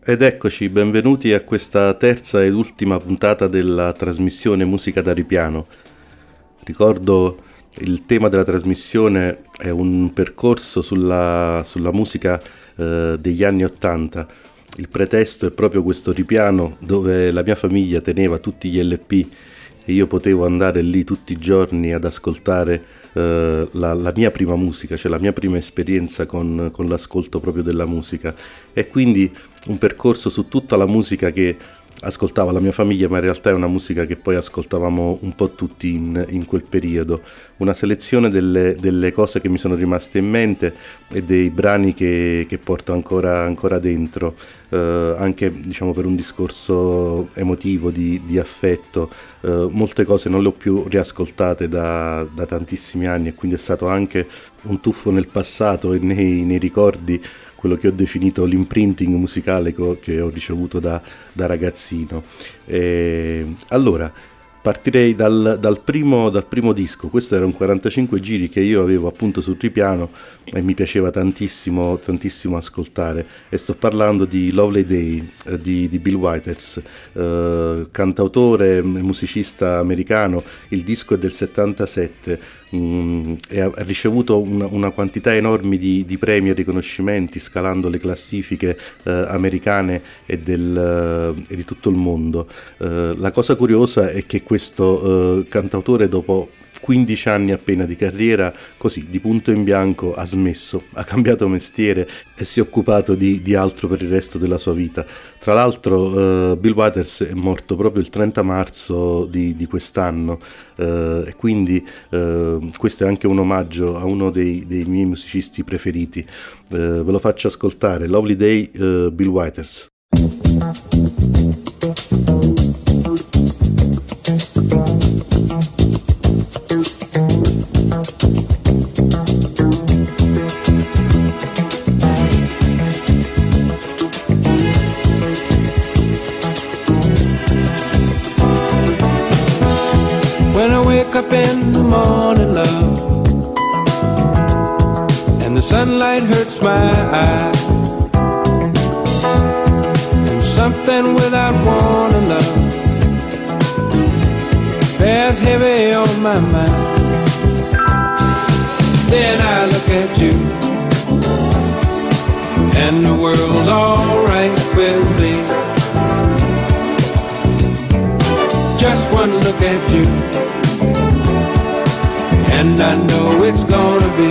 Ed eccoci, benvenuti a questa terza ed ultima puntata della trasmissione Musica da Ripiano. Ricordo, il tema della trasmissione è un percorso sulla musica degli anni '80. Il pretesto è proprio questo ripiano dove la mia famiglia teneva tutti gli LP e io potevo andare lì tutti i giorni ad ascoltare la mia prima musica, cioè la mia prima esperienza con l'ascolto proprio della musica, e quindi un percorso su tutta la musica che ascoltava la mia famiglia, ma in realtà è una musica che poi ascoltavamo un po' tutti in quel periodo. Una selezione delle cose che mi sono rimaste in mente e dei brani che porto ancora dentro, anche diciamo per un discorso emotivo, di affetto. Molte cose non le ho più riascoltate da tantissimi anni, e quindi è stato anche un tuffo nel passato e nei ricordi, quello che ho definito l'imprinting musicale che ho ricevuto da ragazzino. Allora, partirei dal primo disco. Questo era un 45 giri che io avevo appunto sul ripiano e mi piaceva tantissimo ascoltare, e sto parlando di Lovely Day di Bill Withers, cantautore e musicista americano. Il disco è del 77 e ha ricevuto una quantità enorme di premi e riconoscimenti, scalando le classifiche americane e di tutto il mondo. La cosa curiosa è che questo cantautore, dopo 15 anni appena di carriera, così di punto in bianco ha smesso, ha cambiato mestiere e si è occupato di altro per il resto della sua vita. Tra l'altro Bill Withers è morto proprio il 30 marzo di quest'anno, e quindi questo è anche un omaggio a uno dei miei musicisti preferiti. Ve lo faccio ascoltare, Lovely Day, Bill Withers. Up in the morning, love, and the sunlight hurts my eyes, and something without warning, love, bears heavy on my mind. Then I look at you, and the world's alright with me. Just one look at you, and I know it's gonna be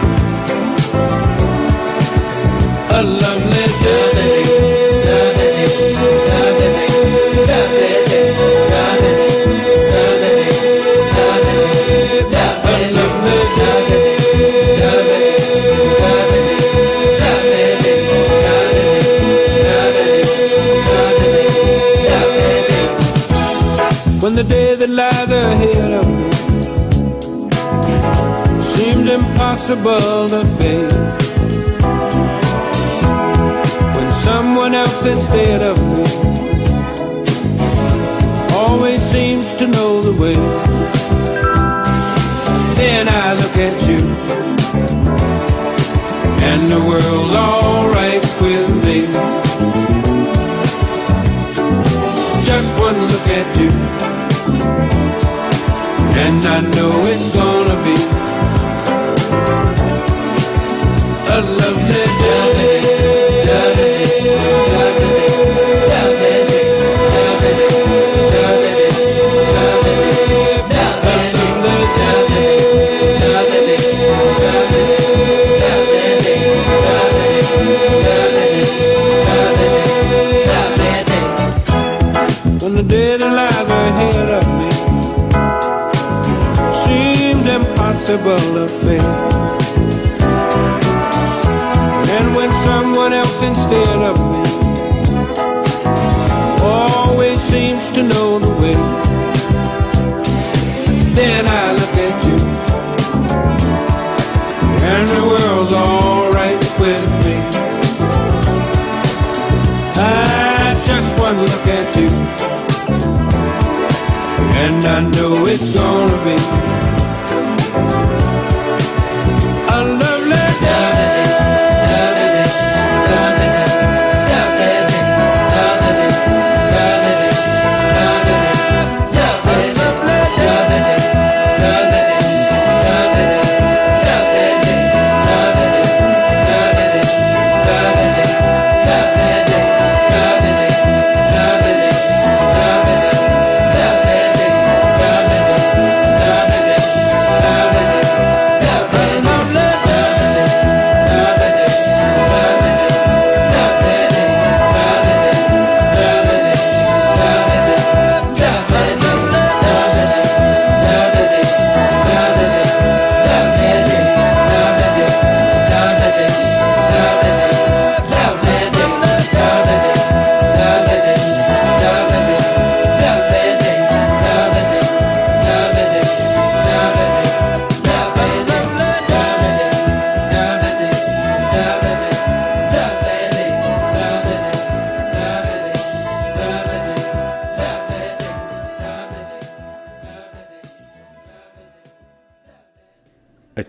a lovely day. When the day that lies ahead of me seems impossible to face, when someone else instead of me always seems to know the way, then I look at you, and the world's alright with me. Just one look at you, and I know it's gonna be a lovely day. When the day that lies ahead of me seemed impossible to face, and when someone else instead of me always seems to know the way, then I look at you, and the world's alright with me. I just one look at you, and I know it's gonna be a lovely day.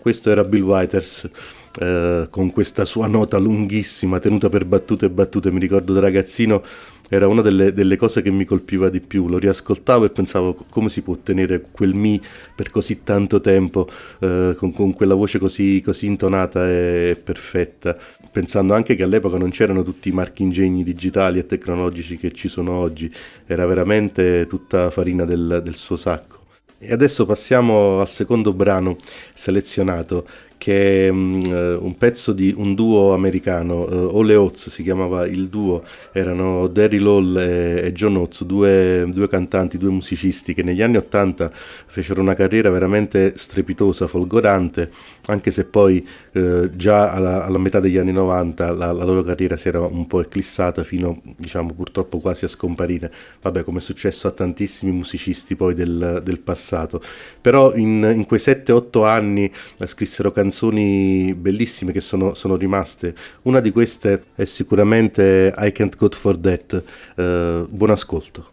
Questo era Bill Withers, con questa sua nota lunghissima, tenuta per battute e battute. Mi ricordo da ragazzino, era una delle cose che mi colpiva di più. Lo riascoltavo e pensavo come si può tenere quel mi per così tanto tempo, con quella voce così intonata e perfetta, pensando anche che all'epoca non c'erano tutti i marchingegni digitali e tecnologici che ci sono oggi. Era veramente tutta farina del suo sacco. E adesso passiamo al secondo brano selezionato, che è un pezzo di un duo americano, All Oates si chiamava il duo, erano Daryl Hall e John Oates, due cantanti, due musicisti che negli anni '80 fecero una carriera veramente strepitosa, folgorante, anche se poi già alla metà degli anni '90 la loro carriera si era un po' eclissata fino, diciamo, purtroppo quasi a scomparire, vabbè, come è successo a tantissimi musicisti poi del passato. Però in quei 7-8 anni scrissero canzoni bellissime che sono rimaste. Una di queste è sicuramente I Can't Go For That. Buon ascolto.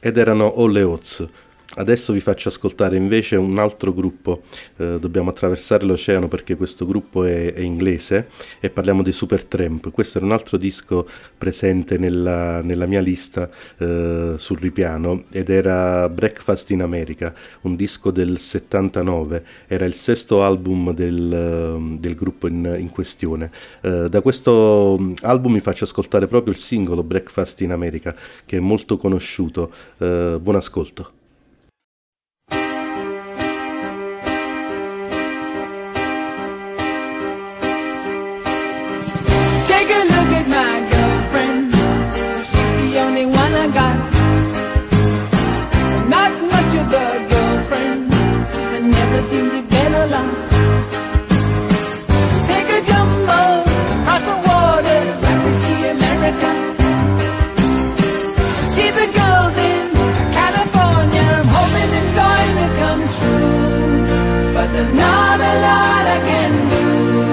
ed erano All the Odds. Adesso vi faccio ascoltare invece un altro gruppo, dobbiamo attraversare l'oceano perché questo gruppo è inglese, e parliamo di Supertramp. Questo era un altro disco presente nella mia lista sul ripiano, ed era Breakfast in America, un disco del 79, era il sesto album del gruppo in questione. Da questo album vi faccio ascoltare proprio il singolo Breakfast in America, che è molto conosciuto. Buon ascolto. Seem to get along. Take a jumbo across the water, like to see America. See the girls in California. I'm hoping it's going to come true, but there's not a lot I can do.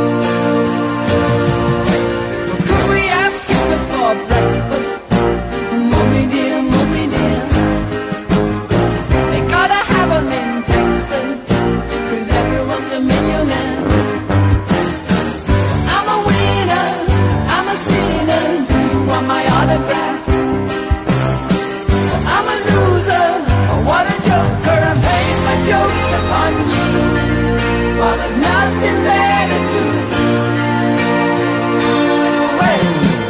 Could we have breakfast for breakfast? Mommy dear, mommy dear. They gotta have 'em in Texas. A millionaire. I'm a winner, I'm a sinner. Do you want my autograph? I'm a loser, what a joker. I'm playing my jokes upon you, while there's nothing better to do. Hey.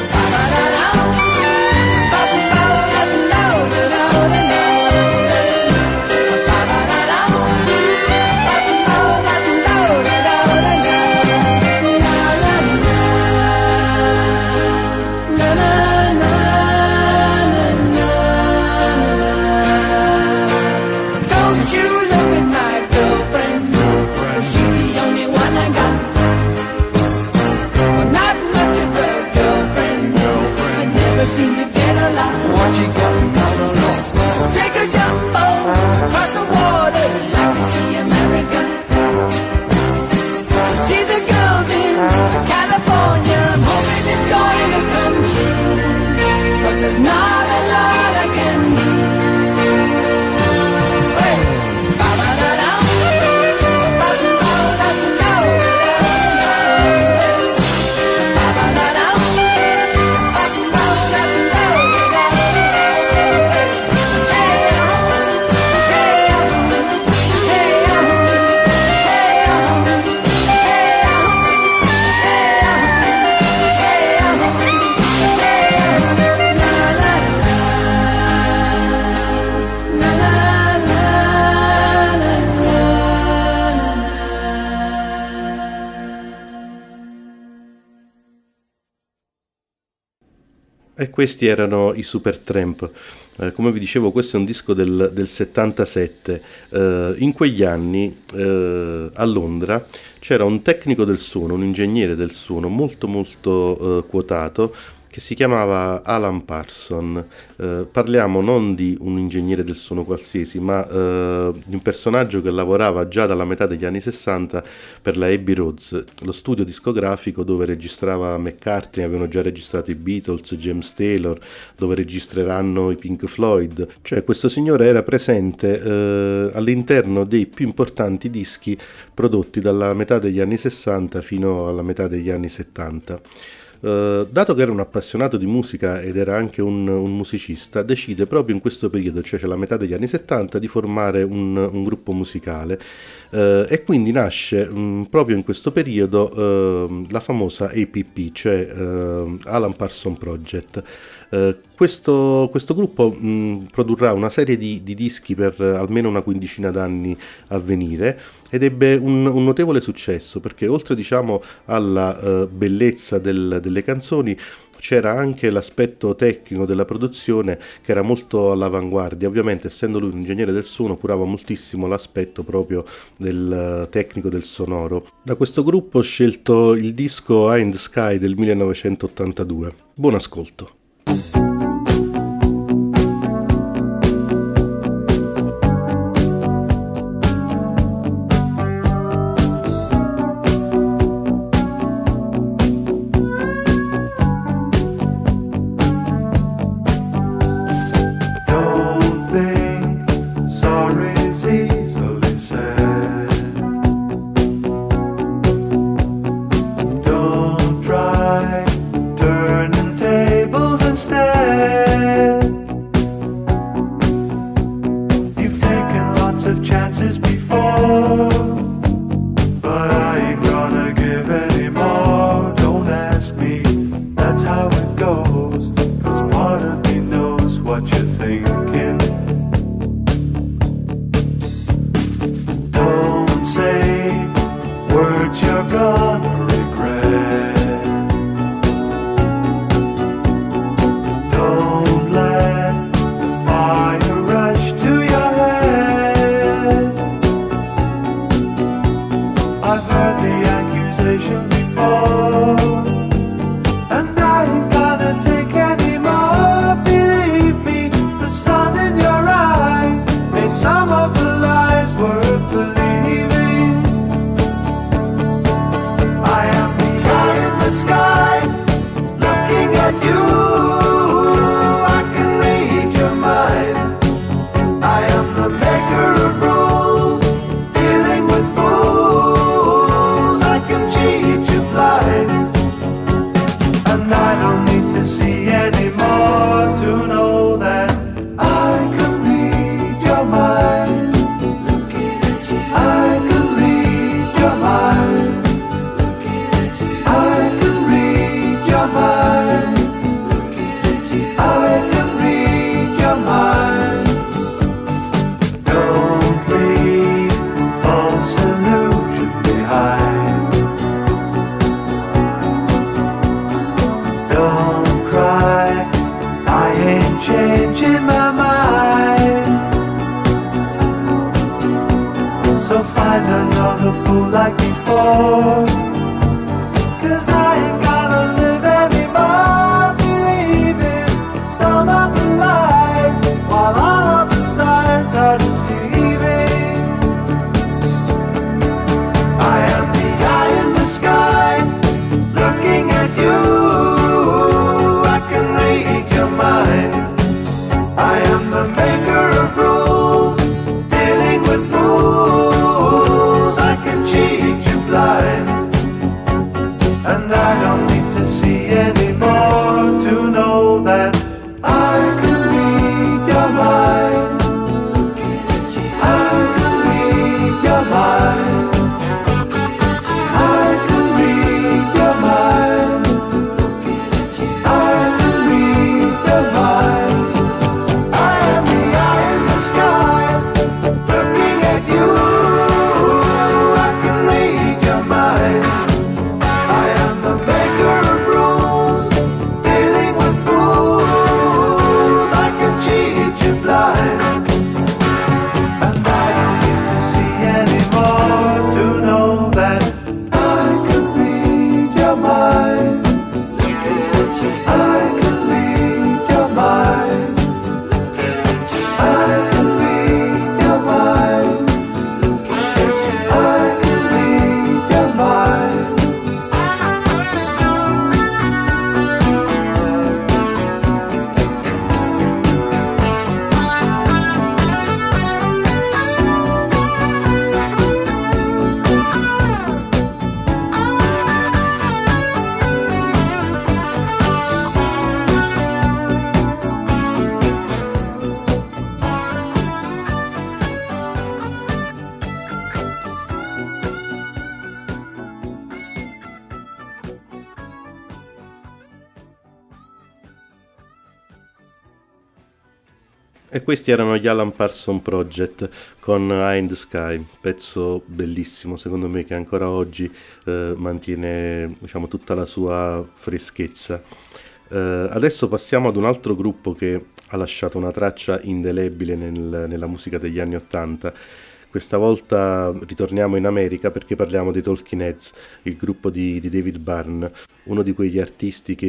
Seem to get along. What you got not alone? Take a jumbo across the water, like to see America. See the girls in California. I'm hoping it's going to come true, but there's not a lot I can do. E questi erano i Supertramp. Come vi dicevo, questo è un disco del 77. In quegli anni a Londra c'era un tecnico del suono, un ingegnere del suono molto molto quotato, che si chiamava Alan Parsons. Parliamo non di un ingegnere del suono qualsiasi, ma di un personaggio che lavorava già dalla metà degli anni 60 per la Abbey Roads, lo studio discografico dove registrava McCartney, avevano già registrato i Beatles, James Taylor, dove registreranno i Pink Floyd. Cioè questo signore era presente all'interno dei più importanti dischi prodotti dalla metà degli anni 60 fino alla metà degli anni 70. Dato che era un appassionato di musica ed era anche un musicista, decide proprio in questo periodo, cioè la metà degli anni 70, di formare un gruppo musicale, e quindi nasce proprio in questo periodo la famosa APP, cioè Alan Parsons Project. Questo gruppo produrrà una serie di dischi per almeno una quindicina d'anni a venire, ed ebbe un notevole successo, perché oltre alla bellezza delle canzoni c'era anche l'aspetto tecnico della produzione che era molto all'avanguardia. Ovviamente, essendo lui un ingegnere del suono, curava moltissimo l'aspetto proprio del tecnico del sonoro. Da questo gruppo ho scelto il disco Eye in the Sky del 1982. Buon ascolto. is easily said. Don't try turning tables instead. You've taken lots of chances before, but I ain't gonna give any more. Don't ask me, that's how it goes, 'cause part of me knows what you're thinking. Don't say words you're gonna regret. Don't let the fire rush to your head. I've heard the accusation before, and I ain't gonna take any more. Believe me, the sun in your eyes made some of the lies worth believing. I am the eye in the sky, looking at you. I can read your mind. I am the maker of rules, dealing with fools. I can cheat you blind, and I don't need to see anymore to know that I can read your mind. I can read your mind. I can read your mind. I can read your mind. Don't leave false illusion behind. Don't cry, I ain't changing my mind. So find another fool like before, 'cause I ain't gonna live anymore believing some of the lies, while all of the signs are deceiving. I am the eye in the sky, looking at you. I can read your mind. I am the maker of rules, dealing with fools. I can cheat you blind, and I don't need to see anymore to know that I can read your mind. I can read your mind. I can read your mind. I can read your mind. I am the eye in the sky, looking at you. I can read your mind. I am the maker of rules, dealing with fools. I can cheat you blind, and I don't need to see anymore to know that I can read your mind. I can read your mind. I can read your mind. I can read your mind. E questi erano gli Alan Parsons Project con Eye in the Sky, pezzo bellissimo secondo me, che ancora oggi mantiene, diciamo, tutta la sua freschezza. Adesso passiamo ad un altro gruppo che ha lasciato una traccia indelebile nella musica degli anni '80. Questa volta ritorniamo in America perché parliamo dei Talking Heads, il gruppo di David Byrne, uno di quegli artisti che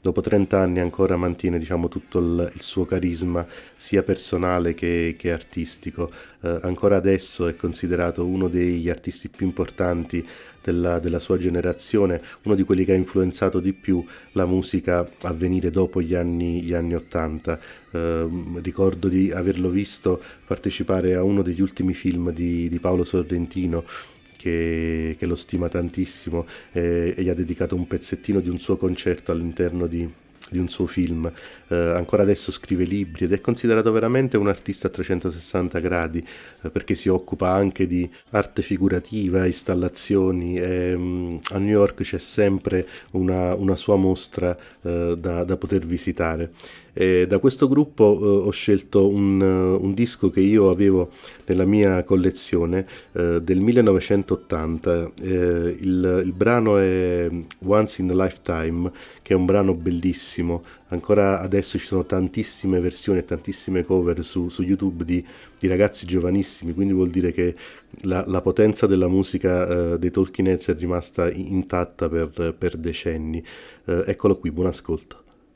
dopo 30 anni ancora mantiene, diciamo, tutto il suo carisma sia personale che artistico. Ancora adesso è considerato uno degli artisti più importanti della sua generazione, uno di quelli che ha influenzato di più la musica a venire dopo gli anni 80. Ricordo di averlo visto partecipare a uno degli ultimi film di Paolo Sorrentino, che lo stima tantissimo, e gli ha dedicato un pezzettino di un suo concerto all'interno di un suo film. Ancora adesso scrive libri ed è considerato veramente un artista a 360 gradi, perché si occupa anche di arte figurativa, installazioni, e a New York c'è sempre una sua mostra da poter visitare. E da questo gruppo ho scelto un disco che io avevo nella mia collezione del 1980. Il brano è Once in a Lifetime, che è un brano bellissimo. Ancora adesso ci sono tantissime versioni e tantissime cover su YouTube di ragazzi giovanissimi, quindi vuol dire che la potenza della musica dei Talking Heads è rimasta intatta per decenni. Eccolo qui, buon ascolto.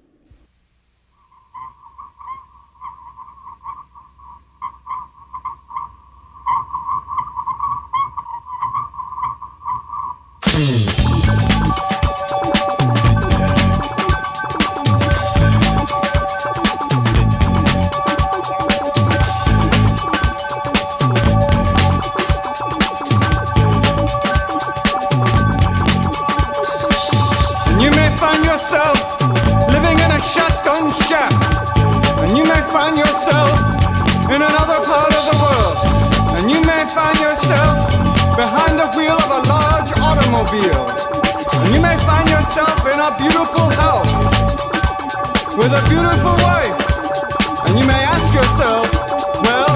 Find yourself in another part of the world, and you may find yourself behind the wheel of a large automobile, and you may find yourself in a beautiful house with a beautiful wife, and you may ask yourself, well,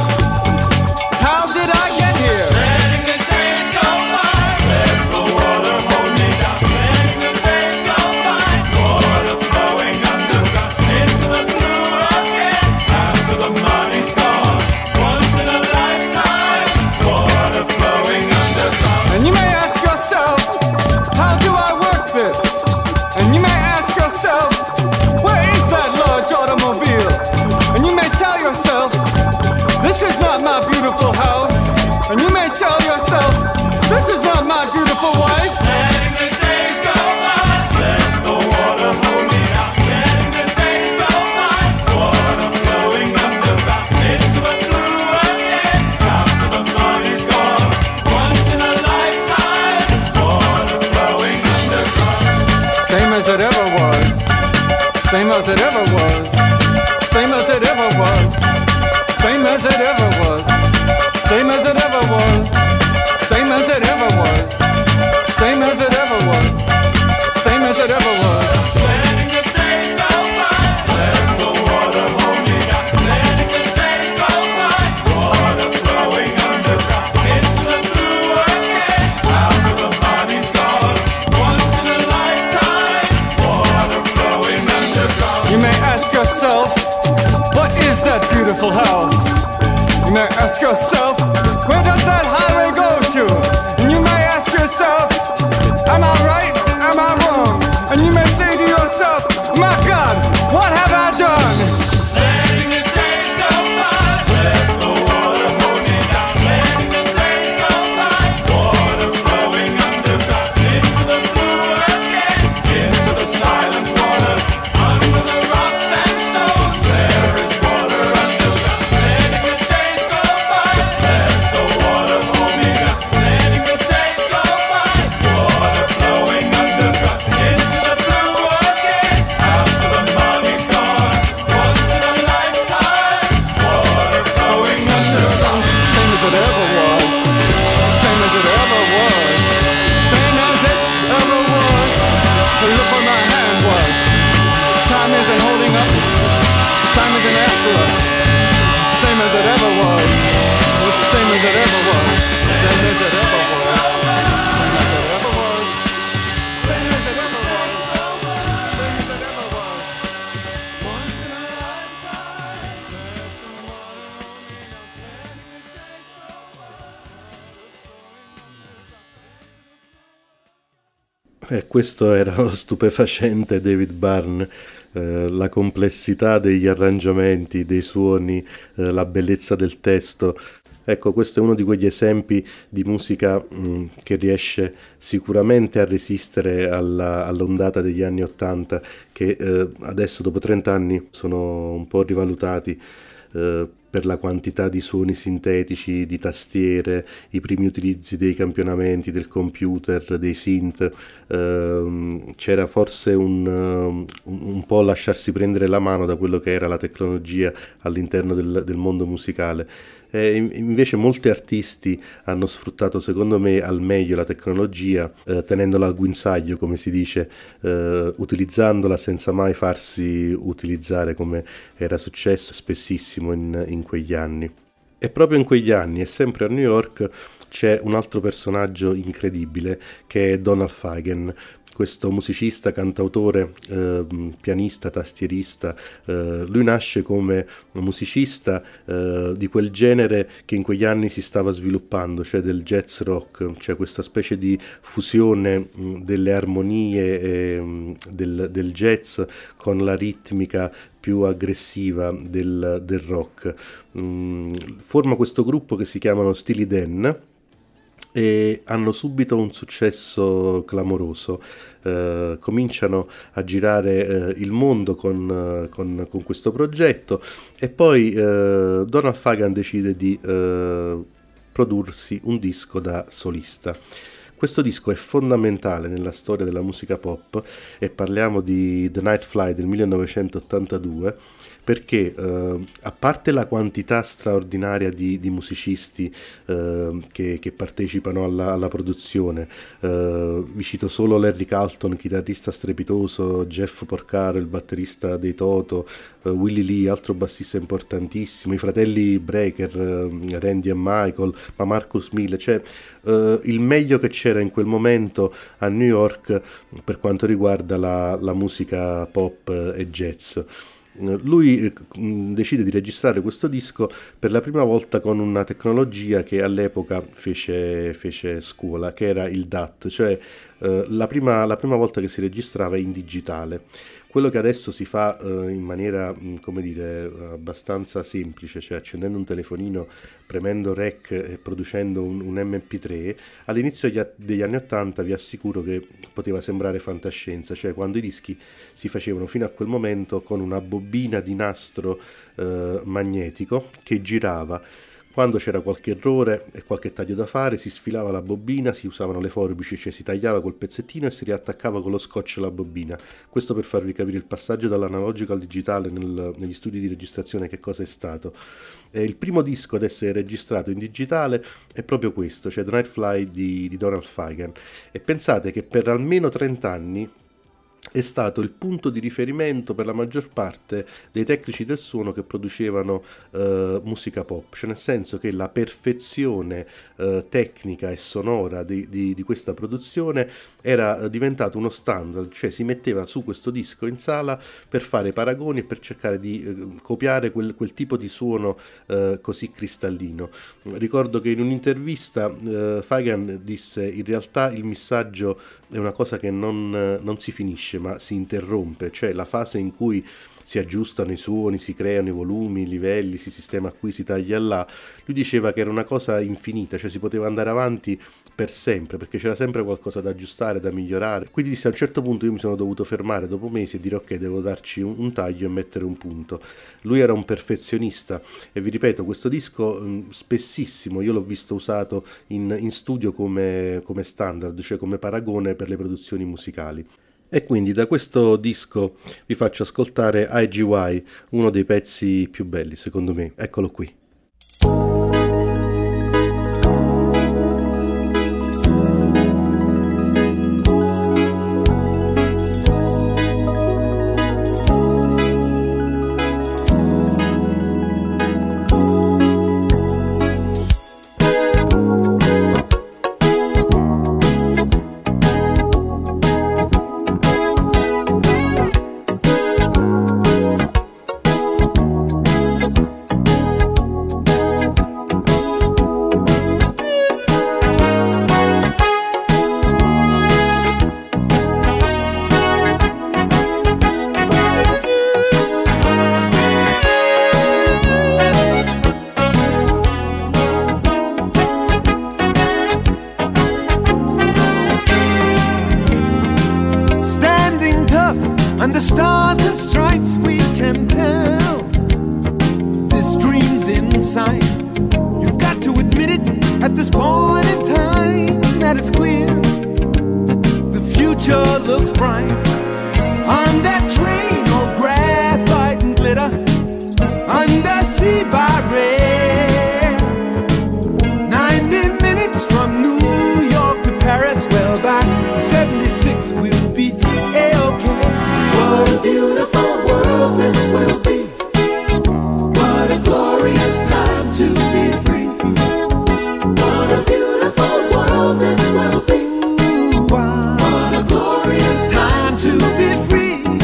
how did I get here? Letting the days go by, let the water hold me down. Letting the days go by, water flowing underground into the blue again. After the money's gone, once in a lifetime, water flowing underground. And you may ask yourself, how do I work this? And you may ask yourself, where is that large automobile? And you may tell yourself, this is not my beautiful house. And you may tell yourself, this is not my beautiful wife. Letting the days go by, let the water hold me down. Letting the days go by, water flowing underground into the blue again. After the money's gone, once in a lifetime, water flowing underground. Same as it ever was, same as it ever was, same as it ever was, same as it ever was, same as it ever was, same as it ever was, same as it ever was, same as it ever was. Letting the days go by, let the water hold me down. Letting the days go by, water flowing underground into the blue again. After the money's gone, once in a lifetime, water flowing underground. You may ask Questo era lo stupefacente David Byrne, la complessità degli arrangiamenti, dei suoni, la bellezza del testo. Ecco, questo è uno di quegli esempi di musica che riesce sicuramente a resistere all'ondata degli anni '80, che adesso dopo 30 anni sono un po' rivalutati per la quantità di suoni sintetici, di tastiere, i primi utilizzi dei campionamenti, del computer, dei synth. C'era forse un po' lasciarsi prendere la mano da quello che era la tecnologia all'interno del mondo musicale. Invece molti artisti hanno sfruttato secondo me al meglio la tecnologia, tenendola al guinzaglio, come si dice, utilizzandola senza mai farsi utilizzare, come era successo spessissimo in quegli anni. E proprio in quegli anni, e sempre a New York, c'è un altro personaggio incredibile che è Donald Fagen, questo musicista, cantautore, pianista, tastierista. Lui nasce come musicista di quel genere che in quegli anni si stava sviluppando, cioè del jazz rock, cioè questa specie di fusione delle armonie del jazz con la ritmica più aggressiva del rock. Forma questo gruppo che si chiamano Steely Dan e hanno subito un successo clamoroso. Cominciano a girare il mondo con questo progetto e poi Donald Fagen decide di prodursi un disco da solista. Questo disco è fondamentale nella storia della musica pop e parliamo di The Night Fly del 1982, perché a parte la quantità straordinaria di musicisti che partecipano alla produzione, vi cito solo Larry Carlton, chitarrista strepitoso, Jeff Porcaro, il batterista dei Toto, Willie Lee, altro bassista importantissimo, i fratelli Breaker, Randy e Michael, ma Marcus Miller, cioè il meglio che c'era in quel momento a New York per quanto riguarda la musica pop e jazz. Lui decide di registrare questo disco per la prima volta con una tecnologia che all'epoca fece scuola, che era il DAT, cioè la prima volta che si registrava in digitale. Quello che adesso si fa in maniera, come dire, abbastanza semplice, cioè accendendo un telefonino, premendo rec e producendo un MP3, all'inizio degli anni '80 vi assicuro che poteva sembrare fantascienza, cioè quando i dischi si facevano fino a quel momento con una bobina di nastro magnetico che girava. Quando c'era qualche errore e qualche taglio da fare, si sfilava la bobina, si usavano le forbici, cioè si tagliava col pezzettino e si riattaccava con lo scotch la bobina. Questo per farvi capire il passaggio dall'analogico al digitale negli studi di registrazione che cosa è stato. Il primo disco ad essere registrato in digitale è proprio questo, cioè The Night Fly di Donald Fagen. E pensate che per almeno 30 anni è stato il punto di riferimento per la maggior parte dei tecnici del suono che producevano musica pop, cioè nel senso che la perfezione tecnica e sonora di questa produzione era diventato uno standard, cioè si metteva su questo disco in sala per fare paragoni e per cercare di copiare quel tipo di suono così cristallino. Ricordo che in un'intervista Fagen disse: in realtà il missaggio è una cosa che non si finisce ma si interrompe, cioè la fase in cui si aggiustano i suoni, si creano i volumi, i livelli, si sistema qui, si taglia là. Lui diceva che era una cosa infinita, cioè si poteva andare avanti per sempre, perché c'era sempre qualcosa da aggiustare, da migliorare. Quindi disse: a un certo punto io mi sono dovuto fermare dopo mesi e dire ok, devo darci un taglio e mettere un punto. Lui era un perfezionista e vi ripeto, questo disco spessissimo io l'ho visto usato in studio come standard, cioè come paragone per le produzioni musicali. E quindi da questo disco vi faccio ascoltare IGY, uno dei pezzi più belli secondo me. Eccolo qui. the stars and stripes we can tell this dream's in sight. You've got to admit it at this point in time that it's clear the future looks bright. On that train, all graphite and glitter, undersea by rail. 90 minutes from New York to Paris. Well, by 76 we'll be A-OK. What a beautiful world this will be. What a glorious time to be free. What a beautiful world this will be. What a glorious time to be free.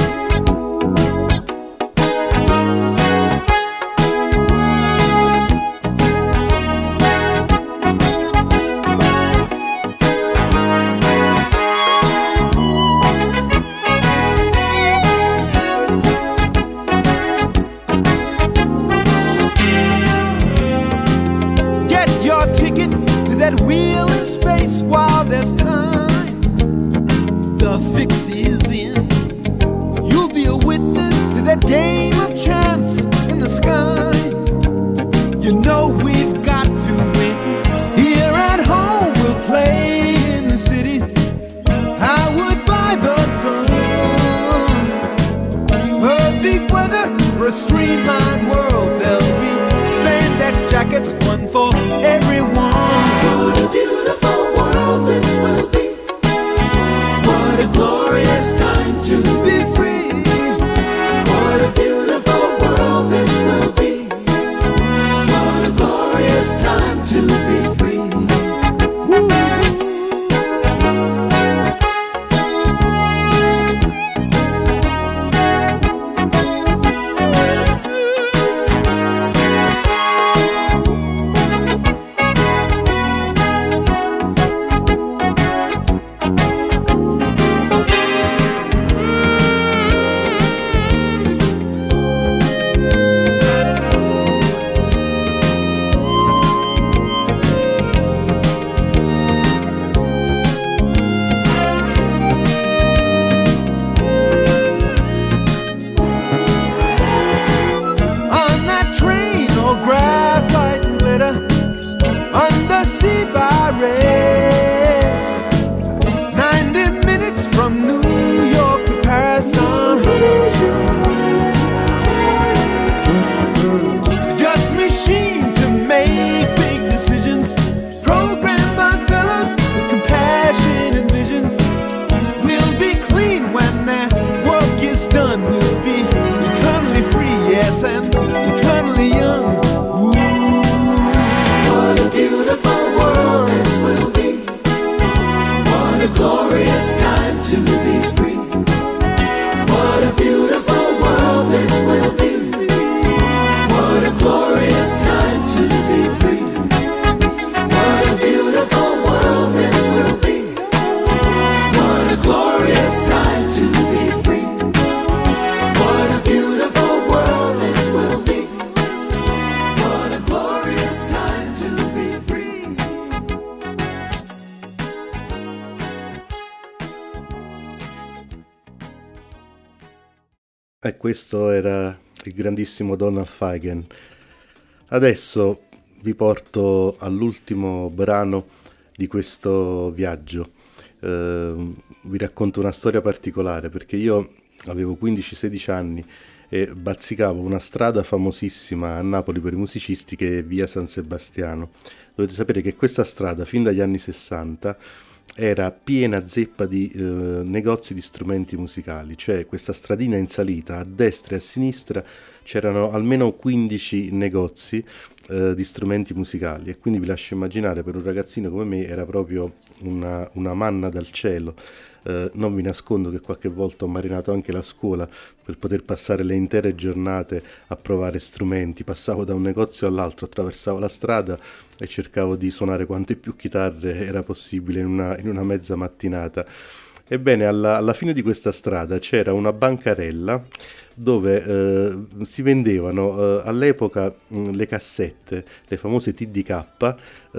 That wheel in space while there's time. The fix is in. You'll be a witness to that game of chance in the sky. You know we've got to win. Here at home we'll play in the city. I would buy the sun. Perfect weather for a streamlined world. There'll be spandex jackets, one for everyone. What a beautiful world this will be. What a glorious time to be free. What a beautiful world this will be. What a glorious time to be free. E questo era il grandissimo Donald Fagen. Adesso vi porto all'ultimo brano di questo viaggio. Vi racconto una storia particolare, perché io avevo 15-16 anni e bazzicavo una strada famosissima a Napoli per i musicisti che è via San Sebastiano. Dovete sapere che questa strada, fin dagli anni 60, era piena zeppa di negozi di strumenti musicali, cioè questa stradina in salita, a destra e a sinistra c'erano almeno 15 negozi di strumenti musicali, e quindi vi lascio immaginare, per un ragazzino come me era proprio una manna dal cielo. Non vi nascondo che qualche volta ho marinato anche la scuola per poter passare le intere giornate a provare strumenti. Passavo da un negozio all'altro, attraversavo la strada e cercavo di suonare quante più chitarre era possibile in una mezza mattinata. Ebbene, alla fine di questa strada c'era una bancarella dove si vendevano all'epoca le cassette, le famose TDK,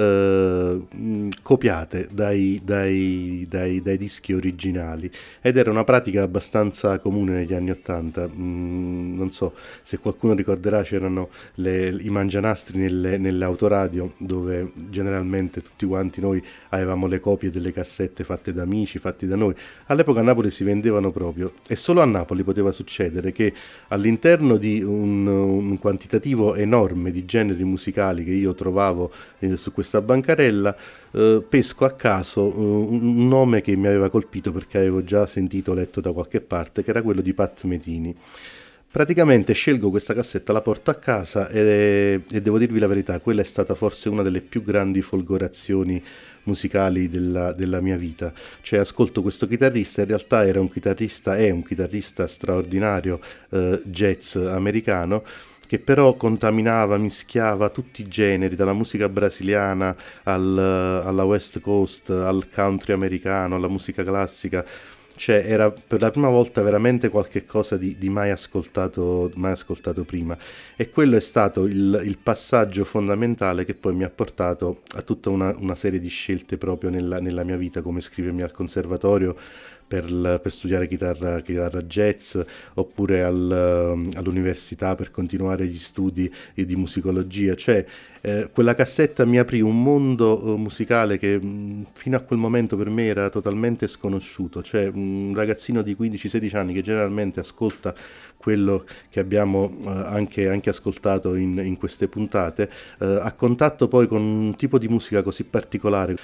copiate dai dischi originali, ed era una pratica abbastanza comune negli anni '80. Non so se qualcuno ricorderà, c'erano i mangianastri nelle autoradio, dove generalmente tutti quanti noi avevamo le copie delle cassette fatte da amici, fatte da noi. All'epoca a Napoli si vendevano proprio, e solo a Napoli poteva succedere che all'interno di un quantitativo enorme di generi musicali che io trovavo su questa bancarella, pesco a caso un nome che mi aveva colpito perché avevo già sentito, letto da qualche parte, che era quello di Pat Metheny. Praticamente scelgo questa cassetta, la porto a casa e devo dirvi la verità, quella è stata forse una delle più grandi folgorazioni musicali della mia vita. Cioè, ascolto questo chitarrista, in realtà è un chitarrista straordinario, jazz americano, che però contaminava, mischiava tutti i generi, dalla musica brasiliana alla West Coast, al country americano, alla musica classica. Cioè, era per la prima volta veramente qualche cosa di mai ascoltato prima, e quello è stato il passaggio fondamentale che poi mi ha portato a tutta una serie di scelte proprio nella mia vita, come iscrivermi al conservatorio per studiare chitarra jazz, oppure all'università per continuare gli studi di musicologia. Cioè, quella cassetta mi aprì un mondo musicale che fino a quel momento per me era totalmente sconosciuto. Cioè, un ragazzino di 15-16 anni che generalmente ascolta quello che abbiamo anche ascoltato in queste puntate, a contatto poi con un tipo di musica così particolare,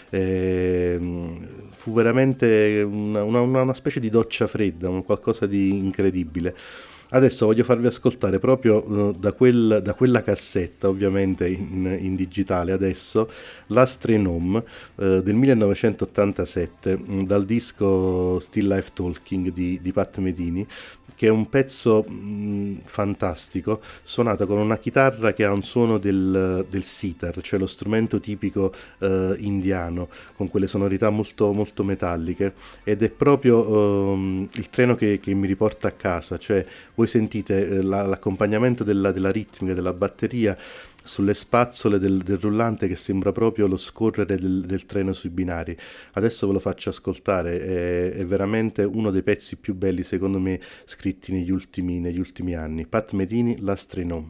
fu veramente una specie di doccia fredda, qualcosa di incredibile. Adesso voglio farvi ascoltare proprio da quella cassetta, ovviamente in digitale adesso, l'Astronome del 1987, dal disco Still Life Talking di Pat Metheny, che è un pezzo fantastico, suonato con una chitarra che ha un suono del sitar, cioè lo strumento tipico indiano, con quelle sonorità molto, molto metalliche, ed è proprio il treno che mi riporta a casa. Cioè, voi sentite l'accompagnamento della ritmica, della batteria sulle spazzole del rullante, che sembra proprio lo scorrere del treno sui binari. Adesso ve lo faccio ascoltare, è veramente uno dei pezzi più belli secondo me scritti negli ultimi anni. Pat Metheny, l'Astronome.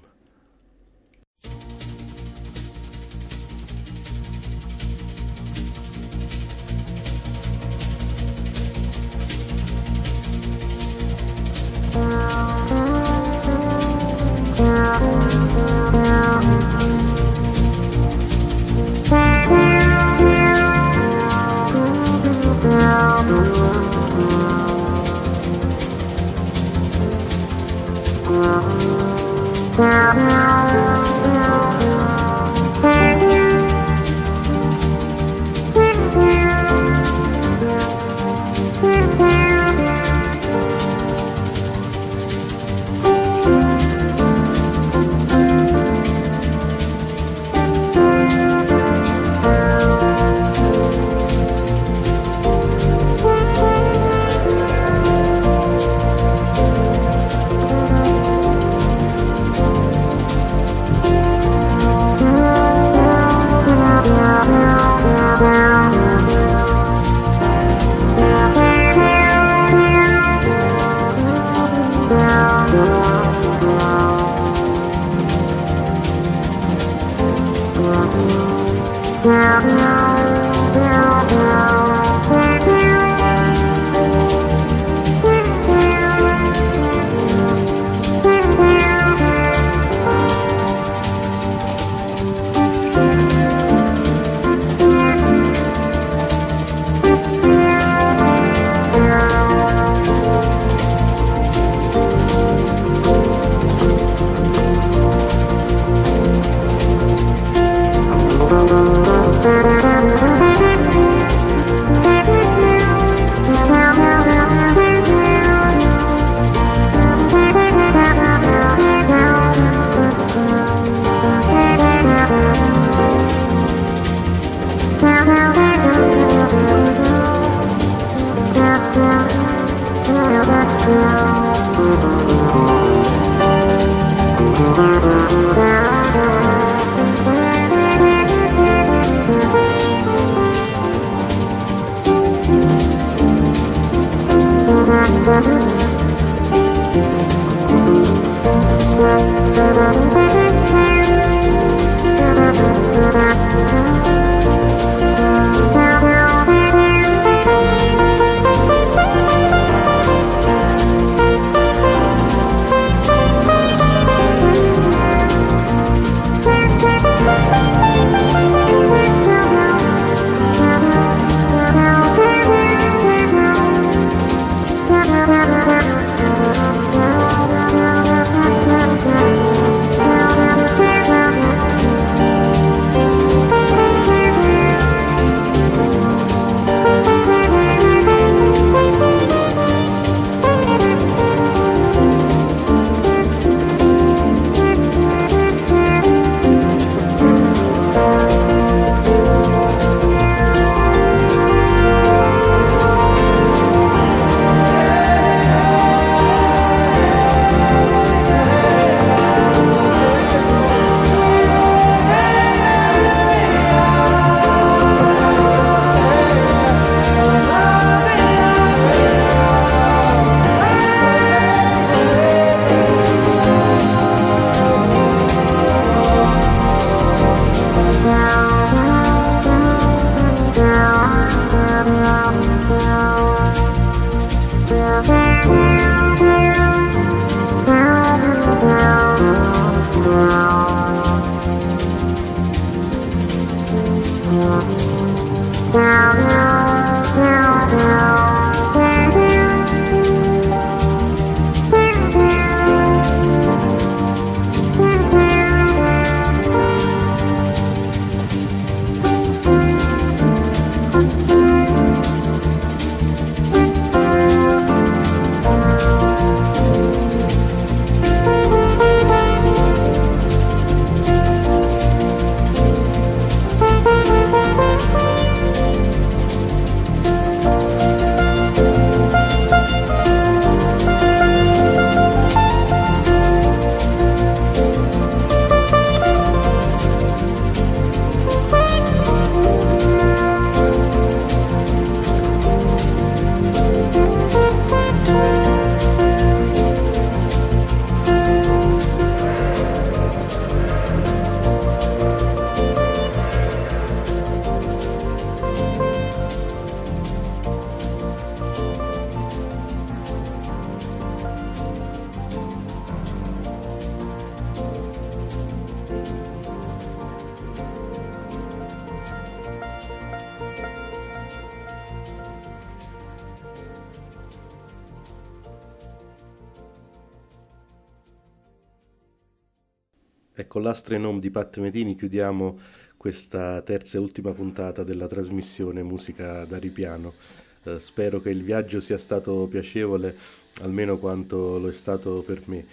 E con l'Astrenome di Pat Metini chiudiamo questa terza e ultima puntata della trasmissione Musica da Ripiano. Spero che il viaggio sia stato piacevole, almeno quanto lo è stato per me.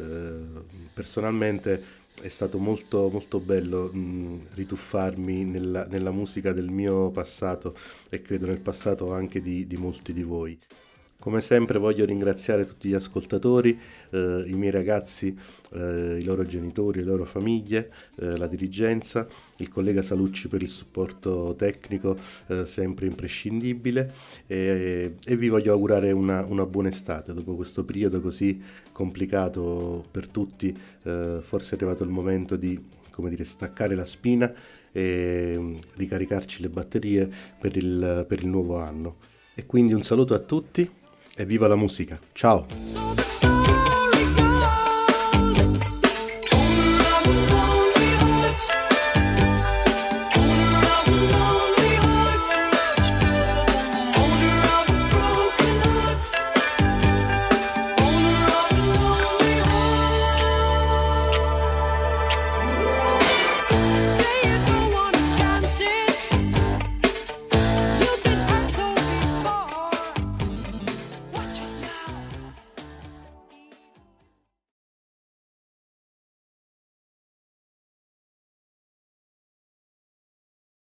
Personalmente è stato molto, molto bello rituffarmi nella musica del mio passato e credo nel passato anche di molti di voi. Come sempre voglio ringraziare tutti gli ascoltatori, i miei ragazzi, i loro genitori, le loro famiglie, la dirigenza, il collega Salucci per il supporto tecnico sempre imprescindibile e vi voglio augurare una buona estate dopo questo periodo così complicato per tutti. Forse è arrivato il momento di, come dire, staccare la spina e ricaricarci le batterie per il nuovo anno. E quindi un saluto a tutti. E viva la musica, ciao!